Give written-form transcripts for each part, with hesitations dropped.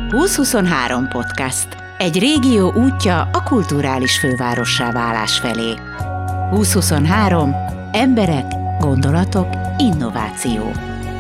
2023 podcast. Egy régió útja a kulturális fővárossá válás felé. 2023. Emberek, gondolatok, innováció.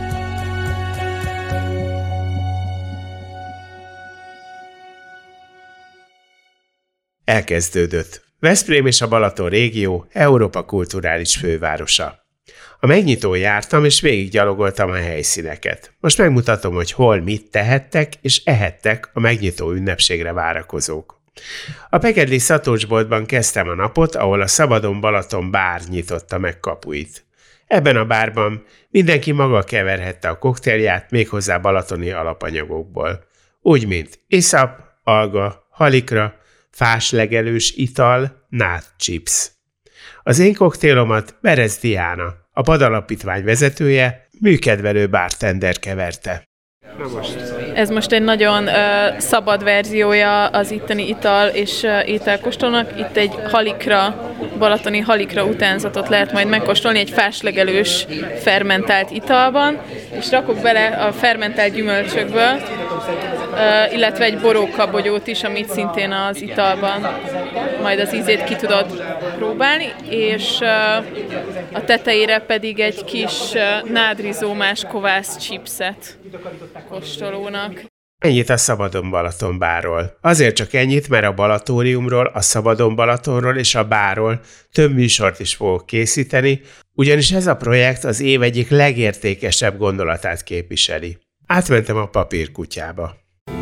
Elkezdődött. Veszprém és a Balaton régió Európa kulturális fővárosa. A megnyitón jártam, és végiggyalogoltam a helyszíneket. Most megmutatom, hogy hol mit tehettek és ehettek a megnyitó ünnepségre várakozók. A Pegedli szatócsboltban kezdtem a napot, ahol a Szabadon Balaton bár nyitotta meg kapuit. Ebben a bárban mindenki maga keverhette a koktélját, méghozzá balatoni alapanyagokból. Úgy, mint iszap, alga, halikra, fáslegelős ital, nátchips. Az én koktélomat Berez Diana, a PAD alapítvány vezetője, műkedvelő bartender keverte. Ez most egy nagyon szabad verziója az itteni ital és ételkóstolónak. Itt egy halikra, balatoni halikra utánzatot lehet majd megkóstolni egy fáslegelős fermentált italban, és rakok bele a fermentált gyümölcsökből, illetve egy borókabogyót is, amit szintén az italban majd az ízét ki tudod próbálni, és a tetejére pedig egy kis nádrizómás kovász chipset kóstolónak. Ennyit a Szabadon Balaton bárról. Azért csak ennyit, mert a Balatóriumról, a Szabadon Balatonról és a bárról több műsort is fogok készíteni, ugyanis ez a projekt az év egyik legértékesebb gondolatát képviseli. Átmentem a papírkutyába.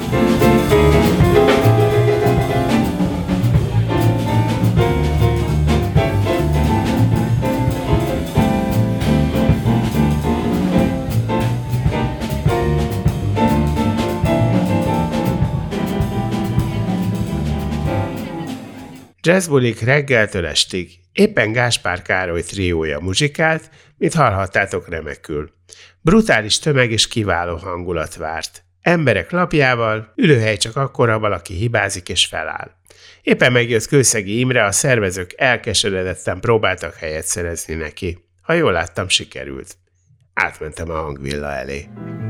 Jazzbulik reggeltől estig. Éppen Gáspár Károly triója muzsikált, mint hallhattátok remekül. Brutális tömeg és kiváló hangulat várt. Emberek lapjával, ülőhely csak akkor, ha valaki hibázik és feláll. Éppen megjött Kőszegi Imre, a szervezők elkeseredetten próbáltak helyet szerezni neki. Ha jól láttam, sikerült. Átmentem a hangvilla elé.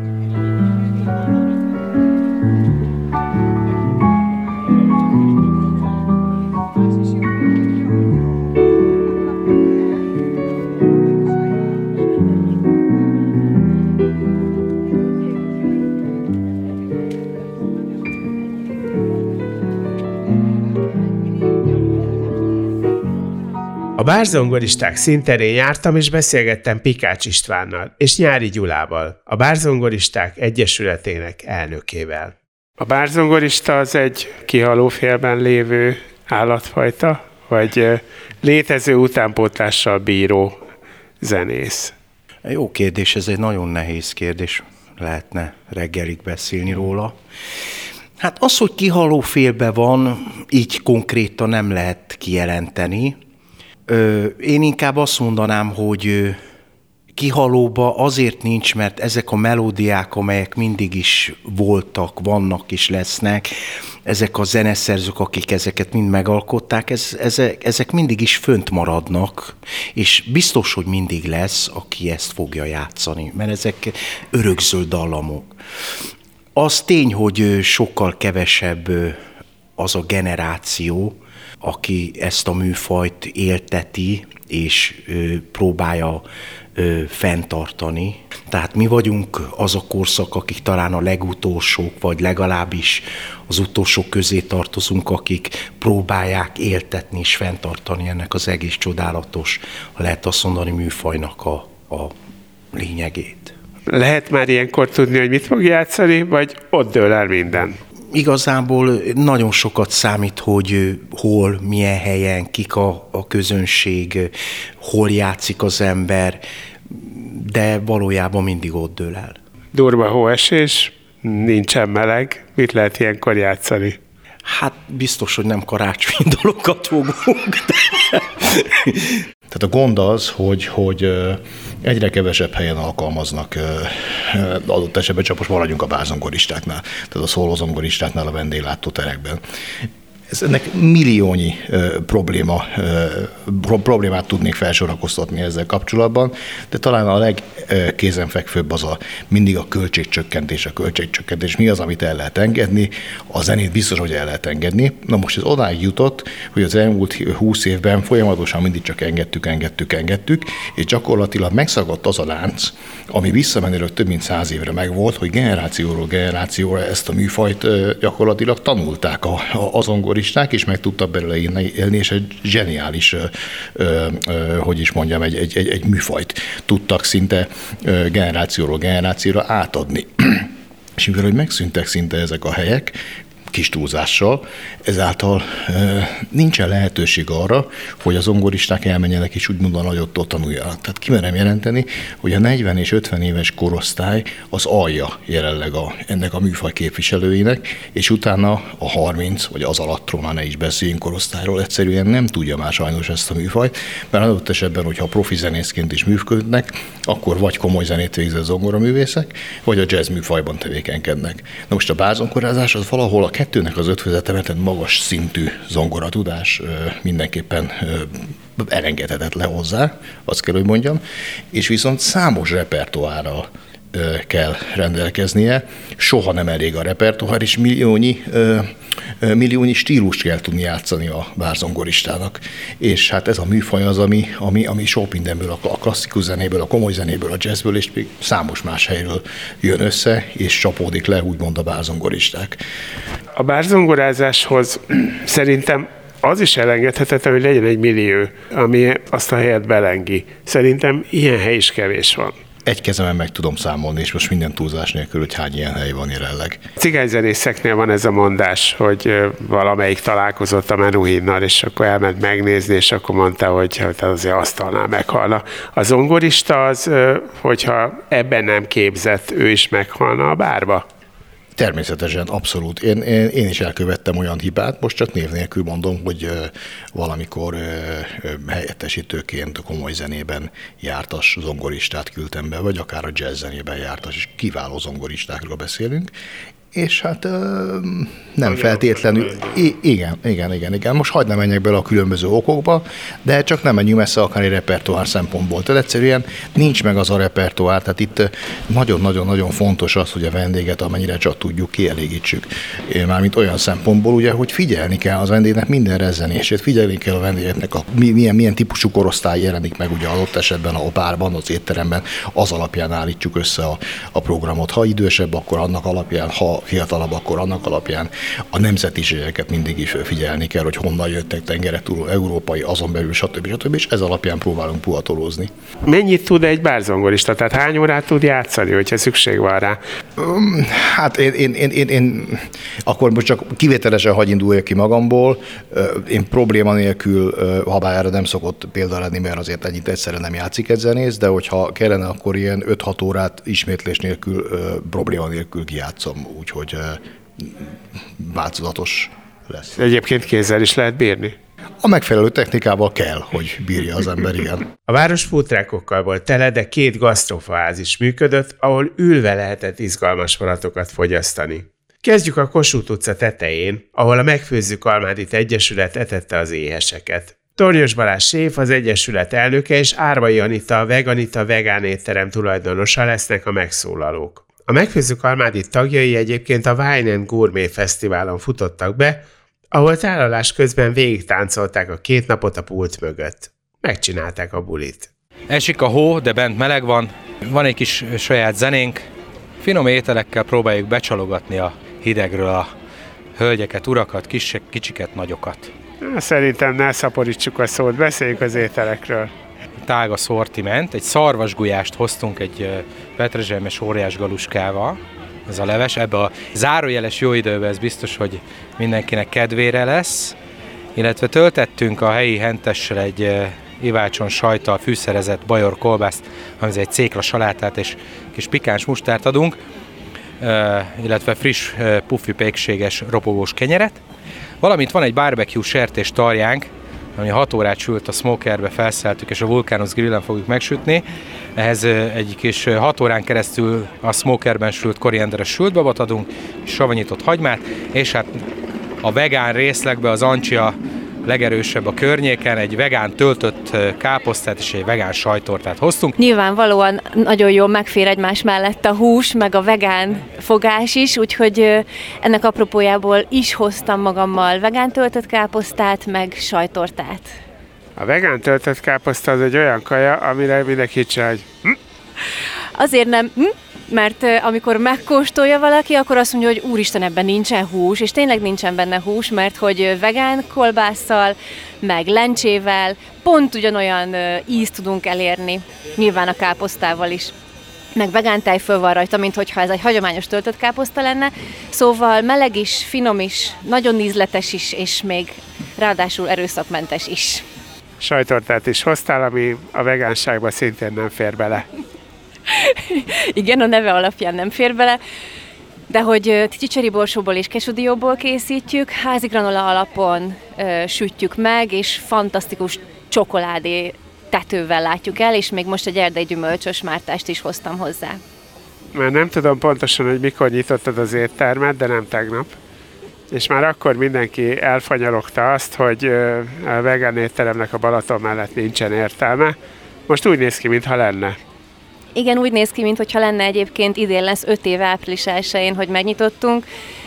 A bárzongoristák színterén jártam, és beszélgettem Pikács Istvánnal és Nyári Gyulával, a Bárzongoristák Egyesületének elnökével. A bárzongorista az egy kihalófélben lévő állatfajta, vagy létező utánpótlással bíró zenész? Jó kérdés, ez egy nagyon nehéz kérdés, lehetne reggelig beszélni róla. Hát az, hogy kihalófélben van, így konkrétan nem lehet kijelenteni. Én inkább azt mondanám, hogy kihalóba azért nincs, mert ezek a melódiák, amelyek mindig is voltak, vannak és lesznek, ezek a zeneszerzők, akik ezeket mind megalkották, ezek mindig is fönt maradnak, és biztos, hogy mindig lesz, aki ezt fogja játszani, mert ezek örökzöld dallamok. Az tény, hogy sokkal kevesebb az a generáció, aki ezt a műfajt élteti és próbálja fenntartani. Tehát mi vagyunk az a korszak, akik talán a legutolsók, vagy legalábbis az utolsók közé tartozunk, akik próbálják éltetni és fenntartani ennek az egész csodálatos, lehet azt mondani, műfajnak a lényegét. Lehet már ilyenkor tudni, hogy mit fog játszani, vagy ott dől el minden? Igazából nagyon sokat számít, hogy hol, milyen helyen, kik a közönség, hol játszik az ember, de valójában mindig ott dől el. Durva hóesés, nincsen meleg, mit lehet ilyenkor játszani? Hát biztos, hogy nem karácsonyi dalokat fogunk. Tehát a gond az, hogy egyre kevesebb helyen alkalmaznak adott esetben, csak most maradjunk a bárzongoristáknál, tehát a szólózongoristáknál a vendéglátóterekben. ennek milliónyi problémát tudnék felsorakoztatni ezzel kapcsolatban, de talán a legkézenfekvőbb az mindig a költségcsökkentés. Mi az, amit el lehet engedni? A zenét biztos, hogy el lehet engedni. Na most ez odáig jutott, hogy az elmúlt 20 évben folyamatosan mindig csak engedtük, és gyakorlatilag megszakadt az a lánc, ami visszamenőleg több mint 100 évre megvolt, hogy generációról generációra ezt a műfajt gyakorlatilag tanulták a zongoristák, és meg tudtak belőle élni, és egy zseniális, egy műfajt tudtak szinte generációról generációra átadni. És mivel, hogy megszűntek szinte ezek a helyek, kis túlzással, ezáltal nincsen lehetőség arra, hogy a zongoristák elmenjenek és úgymond a nagyottól tanuljanak. Tehát kimerem jelenteni, hogy a 40 és 50 éves korosztály az alja jelenleg ennek a műfaj képviselőinek, és utána a 30, vagy az alattról már ne is beszéljünk korosztályról, egyszerűen nem tudja már sajnos ezt a műfajt, mert adott esetben, hogyha profi zenészként is működnek, akkor vagy komoly zenét végző zongoraművészek, vagy a jazz műfajban tevékenykednek. Na most a bárzongorázás az valahol a kettőnek az ötvözete, magas szintű zongoratudás mindenképpen elengedhetetlen hozzá, azt kell, hogy mondjam, és viszont számos repertoárral kell rendelkeznie, soha nem elég a repertoár, és milliónyi stílust kell tudni játszani a bárzongoristának. És hát ez a műfaj az, ami sok mindenből, a klasszikus zenéből, a komoly zenéből, a jazzből, és még számos más helyről jön össze, és csapódik le, úgymond a bárzongoristák. A bárzongorázáshoz szerintem az is elengedhetetlen, hogy legyen egy millió, ami azt a helyet belengi. Szerintem ilyen hely is kevés van. Egy kezemen meg tudom számolni, és most minden túlzás nélkül, hogy hány ilyen hely van jelenleg. Cigányzenészeknél van ez a mondás, hogy valamelyik találkozott a Menuhinnal, és akkor elment megnézni, és akkor mondta, hogy azért asztalnál meghalna. A zongorista az, hogyha ebben nem képzett, ő is meghalna a bárba? Természetesen, abszolút. Én is elkövettem olyan hibát, most csak név nélkül mondom, hogy valamikor helyettesítőként komoly zenében jártas zongoristát küldtem be, vagy akár a jazz zenében jártas, és kiváló zongoristákról beszélünk, és hát nem feltétlenül... Igen. Most hagyd ne menjek bele a különböző okokba, de csak nem menjünk messze akár egy repertoár szempontból. Tehát egyszerűen nincs meg az a repertoár, tehát itt nagyon-nagyon fontos az, hogy a vendéget amennyire csak tudjuk kielégítsük. Mármint olyan szempontból, ugye, hogy figyelni kell az vendégnek minden rezzenését, figyelni kell a vendégeknek, milyen típusú korosztály jelenik meg ugye adott esetben a bárban, az étteremben, az alapján állítjuk össze a programot. Ha idősebb, akkor annak alapján, ha fiatalabb, akkor annak alapján a nemzetiségeket mindig is figyelni kell, hogy honnan jöttek, tengeren túl, európai, azon belül, stb. És ez alapján próbálunk puhatolózni. Mennyit tud egy bárzongorista? Tehát hány órát tud játszani, hogyha szükség van rá? Hát én akkor most csak kivételesen hagy induljak ki magamból. Én probléma nélkül, habár erre nem szokott példa lenni, mert azért egyszerűen nem játszik egy zenész, de hogyha kellene, akkor ilyen 5-6 órát ismétlés nélkül, probléma nélkül kijátszom, úgyhogy változatos lesz. Egyébként kézzel is lehet bírni? A megfelelő technikával kell, hogy bírja az ember, igen. A város foodtruckokkal volt tele, de 2 gasztrofaház is működött, ahol ülve lehetett izgalmas vonatokat fogyasztani. Kezdjük a Kossuth utca tetején, ahol a Megfőzzük Almádit Egyesület etette az éheseket. Tornyos Balázs séf, az Egyesület elnöke, és Árvai Anita, a Veganita vegán étterem tulajdonosa lesznek a megszólalók. A Megfőzzük Almádit tagjai egyébként a Wine & Gourmet Fesztiválon futottak be, ahol tálalás közben végigtáncolták a 2 napot a pult mögött. Megcsinálták a bulit. Esik a hó, de bent meleg van, van egy kis saját zenénk, finom ételekkel próbáljuk becsalogatni a hidegről a hölgyeket, urakat, kicsiket, nagyokat. Szerintem ne szaporítsuk a szót, beszéljük az ételekről. Tág a szortiment, egy szarvasgulyást hoztunk egy petrezselymes óriás galuskával, ez a leves, ebbe a zárójeles jó időben ez biztos, hogy mindenkinek kedvére lesz, illetve töltettünk a helyi hentessel egy ivácson sajttal fűszerezett bajor kolbászt, amihez egy cékla salátát és kis pikáns mustárt adunk, illetve friss, puffi pékséges ropogós kenyeret, valamint van egy barbecue sertés tarjánk, ami 6 órát sült a smokerbe, felszeltük, és a Vulcanus grillen fogjuk megsütni. Ehhez egy kis 6 órán keresztül a smokerben sült korianderes sült babot adunk, savanyított hagymát, és hát a vegán részlegbe az Ancsia legerősebb a környéken, egy vegán töltött káposztát és egy vegán sajttortát hoztunk. Nyilvánvalóan nagyon jól megfér egymás mellett a hús, meg a vegán fogás is, úgyhogy ennek apropójából is hoztam magammal vegán töltött káposztát, meg sajttortát. A vegán töltött káposzta az egy olyan kaja, amire mindenki csinál, hogy Azért nem, mert amikor megkóstolja valaki, akkor azt mondja, hogy úristen, ebben nincsen hús, és tényleg nincsen benne hús, mert hogy vegán kolbásszal, meg lencsével pont ugyanolyan ízt tudunk elérni, nyilván a káposztával is. Meg vegán tejföl van rajta, mint hogyha ez egy hagyományos töltött káposzta lenne, szóval meleg is, finom is, nagyon ízletes is, és még ráadásul erőszakmentes is. sajttortát is hoztál, ami a vegánságba szintén nem fér bele. Igen, a neve alapján nem fér bele, de hogy csicseri borsóból és kesúdióból készítjük, házi granola alapon sütjük meg, és fantasztikus csokoládé tetővel látjuk el, és még most egy erdei gyümölcsös mártást is hoztam hozzá. Már nem tudom pontosan, hogy mikor nyitottad az éttermet, de nem tegnap. És már akkor mindenki elfanyalogta azt, hogy a vegán étteremnek a Balaton mellett nincsen értelme. Most úgy néz ki, mintha lenne. Igen, úgy néz ki, mintha lenne, egyébként idén lesz 5 év április 1-én, hogy megnyitottunk,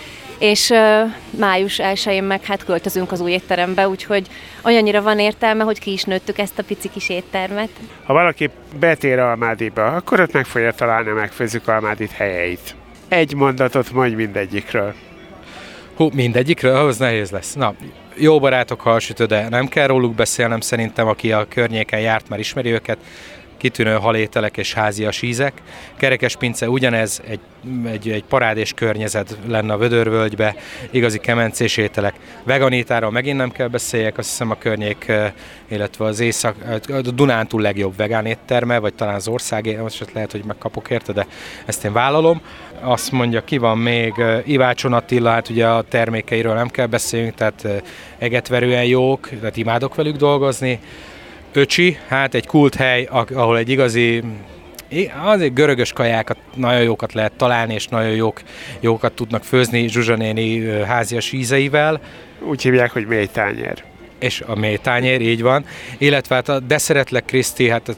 és május 1-én meg hát költözünk az új étterembe, úgyhogy olyannyira van értelme, hogy ki is nőttük ezt a pici kis éttermet. Ha valaki betér Almádiba, akkor ott meg fogja találni a Megfőzzük Almádit helyeit. Egy mondatot mondj mindegyikről. Mindegyikről? Ahhoz nehéz lesz. Na, jó barátok halsütő, de nem kell róluk beszélnem, szerintem aki a környéken járt, már ismeri őket. Kitűnő halételek és házias ízek. Keresztpince ugyanez, egy parádés környezet lenne a Vödörvölgybe, igazi kemencés ételek. Veganítáról megint nem kell beszéljek, azt hiszem a környék, illetve a Dunántúl legjobb vegán étterme, vagy talán az országé, most lehet, hogy megkapok érte, de ezt én vállalom. Azt mondja, ki van még, Ivácson Attila, hát ugye a termékeiről nem kell beszélnünk, tehát egetverően jók, tehát imádok velük dolgozni. Öcsi, hát egy kulthely, ahol egy igazi, azért görögös kajákat, nagyon jókat lehet találni, és nagyon jókat tudnak főzni Zsuzsa néni házias ízeivel. Úgy hívják, hogy mélytányér. És a mélytányér, így van. Illetve hát a De szeretlek Kriszti, hát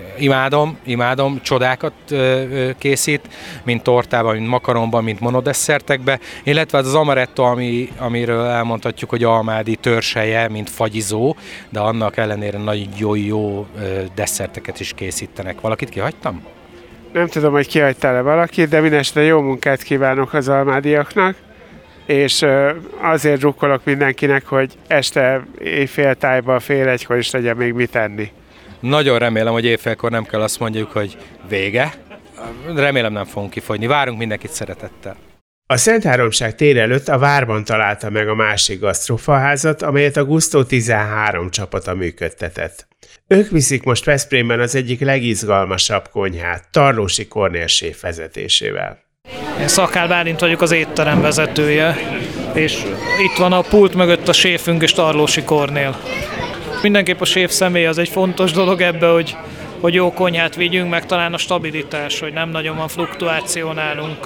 imádom, csodákat készít, mint tortában, mint makaronban, mint monodesszertekbe. Illetve hát az amaretto, amiről elmondhatjuk, hogy almádi törzshelye, mint fagyizó, de annak ellenére nagyon jó desszerteket is készítenek. Valakit kihagytam? Nem tudom, hogy kihagytál-e valakit, de mindenesetre jó munkát kívánok az almádiaknak, és azért drukkolok mindenkinek, hogy este éjféltájban 12:30 is legyen még mit enni. Nagyon remélem, hogy éjfélkor nem kell azt mondjuk, hogy vége. Remélem nem fogunk kifogyni. Várunk mindenkit szeretettel. A Szent Háromság tér előtt a várban találta meg a másik gasztrofaházat, amelyet a Gusztó 13 csapata működtetett. Ők viszik most Veszprémben az egyik legizgalmasabb konyhát, Tarlósi Kornél séf vezetésével. Én Szakál Bálint vagyok, az étterem vezetője, és itt van a pult mögött a séfünk és Tarlósi Kornél. Mindenképp a séf személy az egy fontos dolog ebbe, hogy jó konyhát vigyünk, meg talán a stabilitás, hogy nem nagyon van fluktuáció nálunk.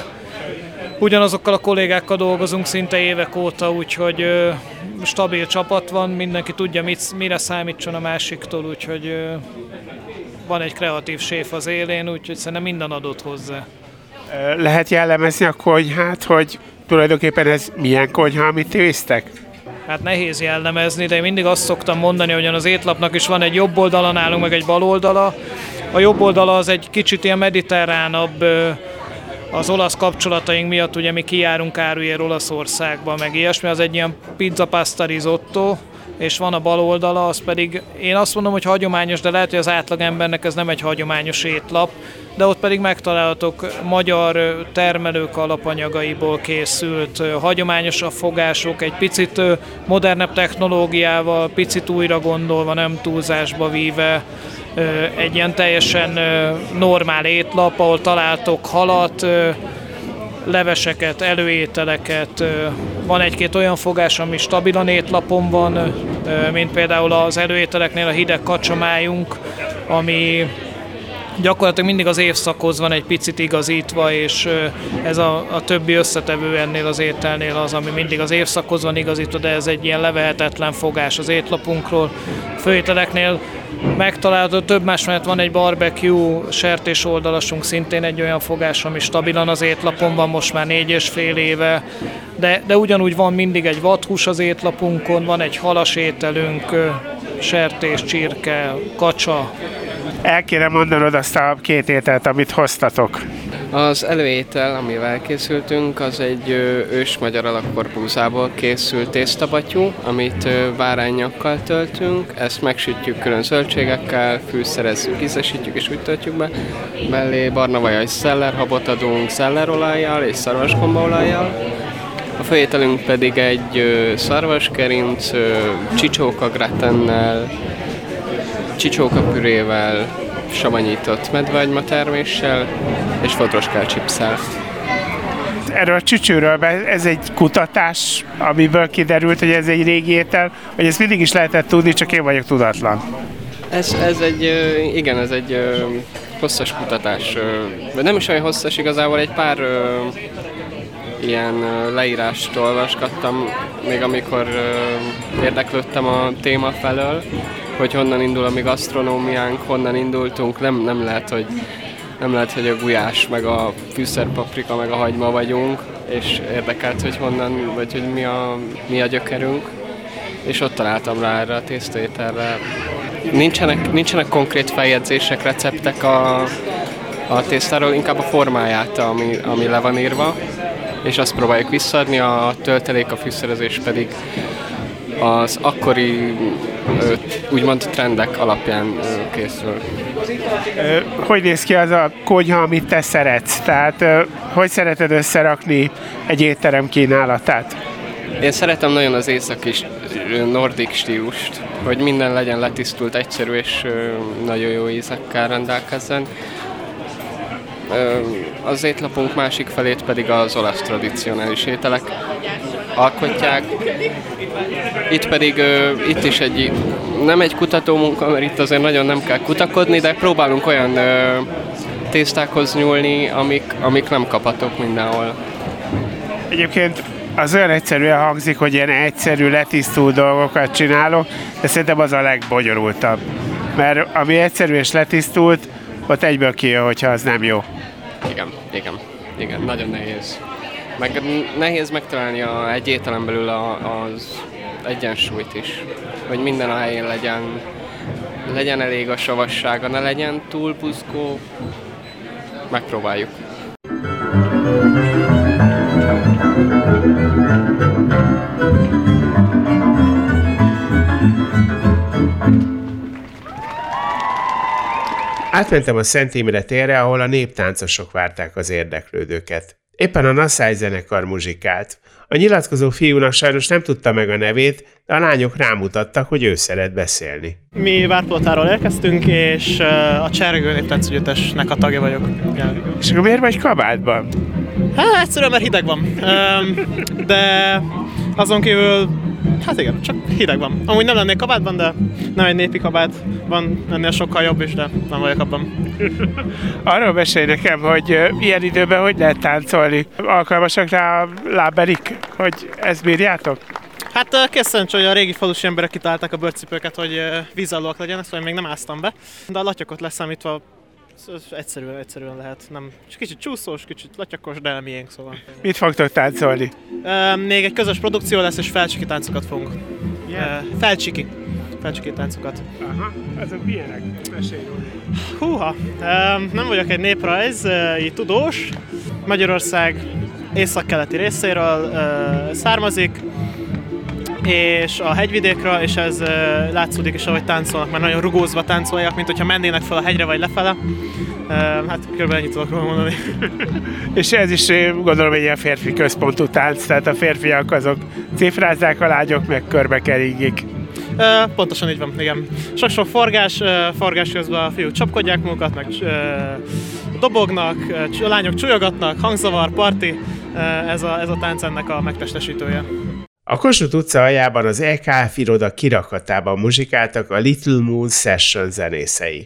Ugyanazokkal a kollégákkal dolgozunk szinte évek óta, úgyhogy stabil csapat van, mindenki tudja, mire számítson a másiktól, úgyhogy van egy kreatív séf az élén, úgyhogy szerintem minden adott hozzá. Lehet jellemezni a konyhát, hogy tulajdonképpen ez milyen konyha, amit ti visztek? Hát nehéz jellemezni, de én mindig azt szoktam mondani, hogy az étlapnak is van egy jobb oldala nálunk, meg egy bal oldala. A jobb oldala az egy kicsit ilyen mediterránabb, az olasz kapcsolataink miatt, ugye mi kijárunk áruért Olaszországba, meg ilyesmi, az egy ilyen pizza pasta risotto, és van a bal oldala, az pedig, én azt mondom, hogy hagyományos, de lehet, hogy az átlagembernek ez nem egy hagyományos étlap, de ott pedig megtalálhatók magyar termelők alapanyagaiból készült hagyományosabb fogások, egy picit modernebb technológiával, picit újra gondolva, nem túlzásba víve, egy ilyen teljesen normál étlap, ahol találtok halat, leveseket, előételeket. Van egy-két olyan fogás, ami stabilan étlapon van, mint például az előételeknél a hideg kacsamájunk, ami gyakorlatilag mindig az évszakhoz van egy picit igazítva, és ez a többi összetevő ennél az ételnél az, ami mindig az évszakhoz van igazítva, de ez egy ilyen levehetetlen fogás az étlapunkról. Főételeknél megtalálható több más mellett van egy barbecue sertés oldalasunk, szintén egy olyan fogás, ami stabilan az étlapon van most már 4,5 éve, de ugyanúgy van mindig egy vadhús az étlapunkon, van egy halas ételünk, sertés, csirke, kacsa. El kéne mondanod azt a 2 ételt, amit hoztatok. Az előétel, amivel készültünk, az egy ősmagyar alakkorbúzából készült tésztabatyú, amit báránynyakkal töltünk, ezt megsütjük külön zöldségekkel, fűszerezzük, ízesítjük és úgy töltjük be. Mellé barna vaj és szellerhabot adunk szellerolajjal és szarvasgombaolajjal. A főételünk pedig egy szarvaskerinc, csicsóka gratennel, csicsókapürével, savanyított medveagyma terméssel és fodroskál chipsszel. Erről a csücsőről, ez egy kutatás, amiből kiderült, hogy ez egy régi étel, vagy ezt mindig is lehetett tudni, csak én vagyok tudatlan. Ez egy hosszas kutatás. Nem is olyan hosszas, igazából egy pár ilyen leírást olvasgattam, még amikor érdeklődtem a téma felől, hogy honnan indul a mi gasztronómiánk, honnan indultunk, nem lehet, hogy a gulyás, meg a fűszerpaprika, meg a hagyma vagyunk, és érdekelt, hogy honnan, vagy hogy mi a gyökerünk, és ott találtam rá erre a tésztaételre. Nincsenek konkrét feljegyzések, receptek a tésztáról, inkább a formáját, ami le van írva, és azt próbáljuk visszaadni, a töltelék, a fűszerezés pedig az akkori úgymond trendek alapján készül. Hogy néz ki az a konyha, amit te szeretsz? Tehát hogy szereted összerakni egy étterem kínálatát? Én szeretem nagyon az északi nordik stílust, hogy minden legyen letisztult, egyszerű és nagyon jó ízekkel rendelkezzen. Az étlapunk másik felét pedig az olasz tradicionális ételek alkotják. Itt is nem egy kutatómunka, mert itt azért nagyon nem kell kutakodni, de próbálunk olyan tésztákhoz nyúlni, amik nem kaphatók mindenhol. Egyébként az olyan egyszerűen hangzik, hogy ilyen egyszerű, letisztult dolgokat csinálok, de szerintem az a legbonyolultabb. Mert ami egyszerű és letisztult, ott egyből kijön, hogyha az nem jó. Igen, nagyon nehéz. Meg nehéz megtalálni egy ételen belül az egyensúlyt is, hogy minden a helyén legyen elég a savassága, ne legyen túl buzgó. Megpróbáljuk. Átmentem a Szent Imre térre, ahol a néptáncosok várták az érdeklődőket. Éppen a Naszály zenekar muzsikált. A nyilatkozó fiúnak sajnos nem tudta meg a nevét, de a lányok rámutattak, hogy ő szeret beszélni. Mi Várpalotáról érkeztünk, és a Csergő Néptáncegyüttesnek a tagja vagyok. És akkor miért vagy kabátban? Hát egyszerűen, mert hideg van. De azon kívül, hát igen, csak hideg van. Amúgy nem lennék kabátban, de nem egy népi kabát van, ennél sokkal jobb is, de nem vagyok abban. Arról mesélj nekem, hogy ilyen időben hogy lehet táncolni? Alkalmasak rá a láberik, hogy ezt bírjátok? Hát kész szerencsé, hogy a régi falusi emberek kitalálták a bőrcipőket, hogy vízállóak legyenek, szóval még nem áztam be. De a latyakot leszámítva egyszerűen lehet. Nem, kicsit csúszós, kicsit latyakos, de miénk, szóval. Mit fogtok táncolni? Még egy közös produkció lesz, és felcsiki táncokat fogunk. Felcsiki táncokat. Aha, azok milyenek? Mesélj róla. Húha, nem vagyok egy néprajzi tudós. Magyarország északkeleti részéről származik, és a hegyvidékről, és ez látszódik is, ahogy táncolnak, mert nagyon rugózva táncolják, mint hogyha mennének fel a hegyre vagy lefele. Hát kb. Ennyit tudok róla mondani. És ez is gondolom egy ilyen férfi központú tánc, tehát a férfiak azok cifrázzák, a lányok meg körbe keringik. Pontosan így van, igen. Sok-sok forgás közben a fiúk csapkodják magukat, meg dobognak, a lányok csúlyogatnak, hangzavar, parti, ez a tánc ennek a megtestesítője. A Kossuth utca aljában az EKF iroda kirakatában muzsikáltak a Little Moon Session zenészei.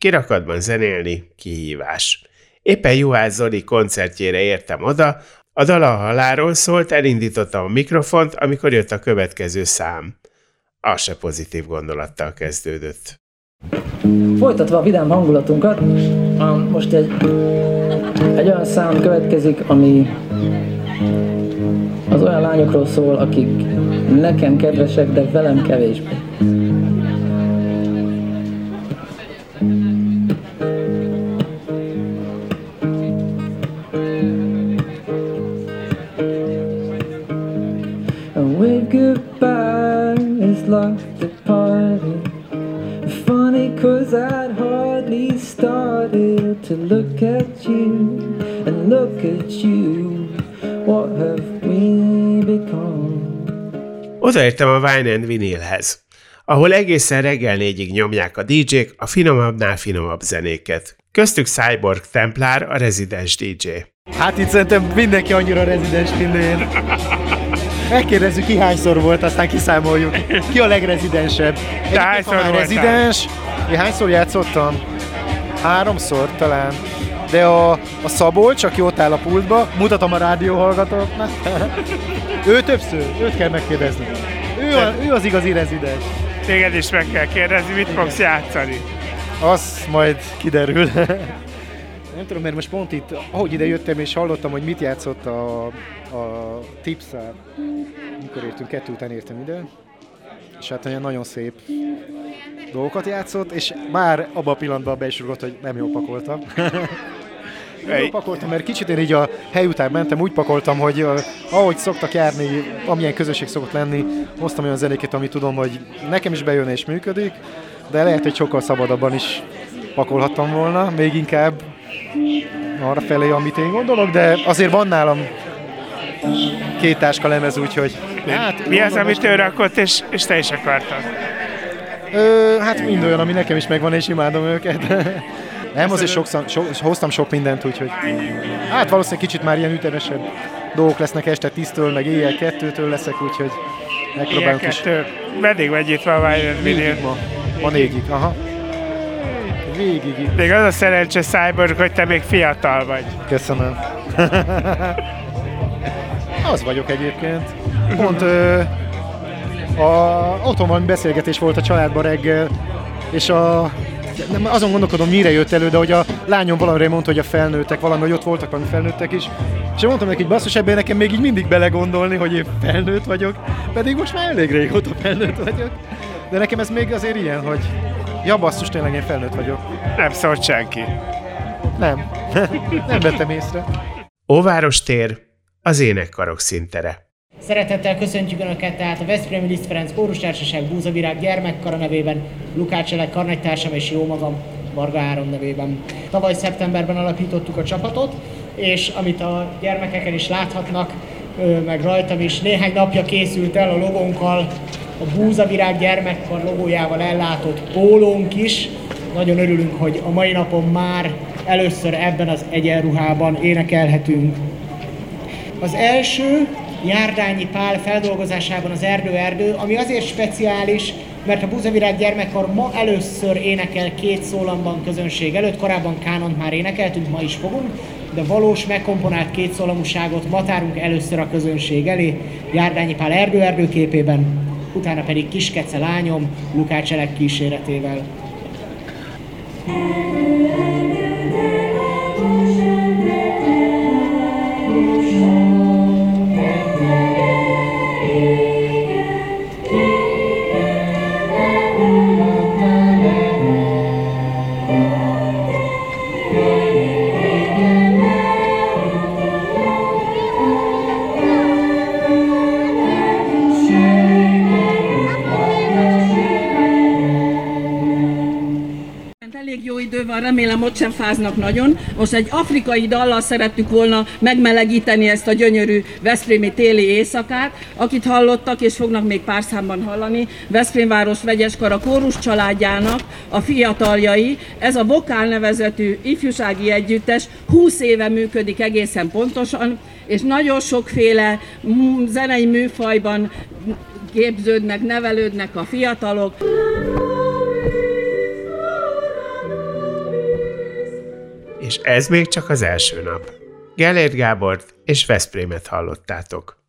kirakatban zenélni kihívás. Éppen Juhász Zoli koncertjére értem oda, a dal a halálról szólt, elindítottam a mikrofont, amikor jött a következő szám. Az se pozitív gondolattal kezdődött. Folytatva a vidám hangulatunkat, most egy olyan szám következik, ami az olyan lányokról szól, akik nekem kedvesek, de velem kevésbé. Wave goodbye is like the party. Funny 'cause I'd hardly started to look at you and look at you. What have we become? Odaértem a Wine and Vinylhez, ahol egészen reggel 4-ig nyomják a DJ-k a finomabbnál finomabb zenéket. Köztük Cyborg Templár, a rezidens DJ. Hát itt szerintem mindenki annyira rezidens, mint én. Megkérdezzük ki hányszor volt, aztán kiszámoljuk. Ki a legrezidensebb? Te hányszor voltál? Rezidens, én hányszor játszottam? 3-szor talán. De a Szabolcs, aki ott áll a pultba, mutatom a rádióhallgatóknak. Ő többször, őt kell megkérdezni. Ő az igazi rezidens. Téged is meg kell kérdezni, mit fogsz játszani? Az majd kiderül. Nem tudom, mert most pont itt, ahogy ide jöttem és hallottam, hogy mit játszott a Tipsár. Mikor értünk, 2 után értem ide. És hát nagyon szép dolgokat játszott, és már abban a pillanatban be is rúgott, hogy nem jól pakoltam. Nem jól pakoltam, mert kicsit én így a hely után mentem, úgy pakoltam, hogy ahogy szoktak járni, amilyen közösség szokott lenni, hoztam olyan zenéket, amit tudom, hogy nekem is bejön és működik, de lehet, hogy sokkal szabadabban is pakolhattam volna, még inkább arra felé, amit én gondolok, de azért van nálam 2 táska lemez, úgyhogy... Hát, mi az, amit ő rakott, és te is akartad? Hát mind olyan, ami nekem is megvan, és imádom őket. Nem, azért hoztam sok mindent, úgyhogy... Hát valószínűleg kicsit már ilyen ütemesebb dolgok lesznek este 10-től, meg éjjel 2-től leszek, úgyhogy megpróbálunk is. Meddig vagy itt van Wine & Vinyl? Ma 4-ig, aha. Végig itt. Még az a szerencse, Cyborg, hogy te még fiatal vagy. Köszönöm. Az vagyok egyébként. Pont otthon valami beszélgetés volt a családban reggel, és azon gondolkodom, mire jött elő, de hogy a lányom valamire mondta, hogy a felnőttek, hogy ott voltak valami felnőttek is, és mondtam neki, hogy basszus, ebben nekem még így mindig belegondolni, hogy én felnőtt vagyok, pedig most már elég régóta felnőtt vagyok. De nekem ez még azért ilyen, hogy ja basszus, tényleg én felnőtt vagyok. Nem szólt senki. Nem. Nem vettem észre. Óváros tér, az énekkarok színtere. Szeretettel köszöntjük Önöket tehát a Veszprémi Liszt Ferenc Kórustársaság Búzavirág gyermekkara nevében, Lukács Elek karnagytársam és jó magam, Varga Áron nevében. Tavaly szeptemberben alapítottuk a csapatot, és amit a gyermekeken is láthatnak, meg rajtam is, néhány napja készült el a logónkkal, a Búzavirág gyermekkar logójával ellátott pólónk is. Nagyon örülünk, hogy a mai napon már először ebben az egyenruhában énekelhetünk. Az első Járdányi Pál feldolgozásában az Erdő, ami azért speciális, mert a Búzavirág gyermekkar ma először énekel 2 szólamban közönség előtt, korábban kánont már énekeltünk, ma is fogunk, de valós, megkomponált 2 szólamúságot ma tárunk először a közönség elé, Járdányi Pál Erdő képében, utána pedig Kiskece lányom Lukács Elek kíséretével. Remélem, ott sem fáznak nagyon. Most egy afrikai dallal szerettük volna megmelegíteni ezt a gyönyörű veszprémi téli éjszakát. Akit hallottak és fognak még pár számban hallani, Veszprémváros Vegyeskara kórus családjának a fiataljai. Ez a Vokál nevezetű ifjúsági együttes 20 éve működik egészen pontosan, és nagyon sokféle zenei műfajban képződnek, nevelődnek a fiatalok. És ez még csak az első nap. Gellért Gábort és Veszprémet hallottátok.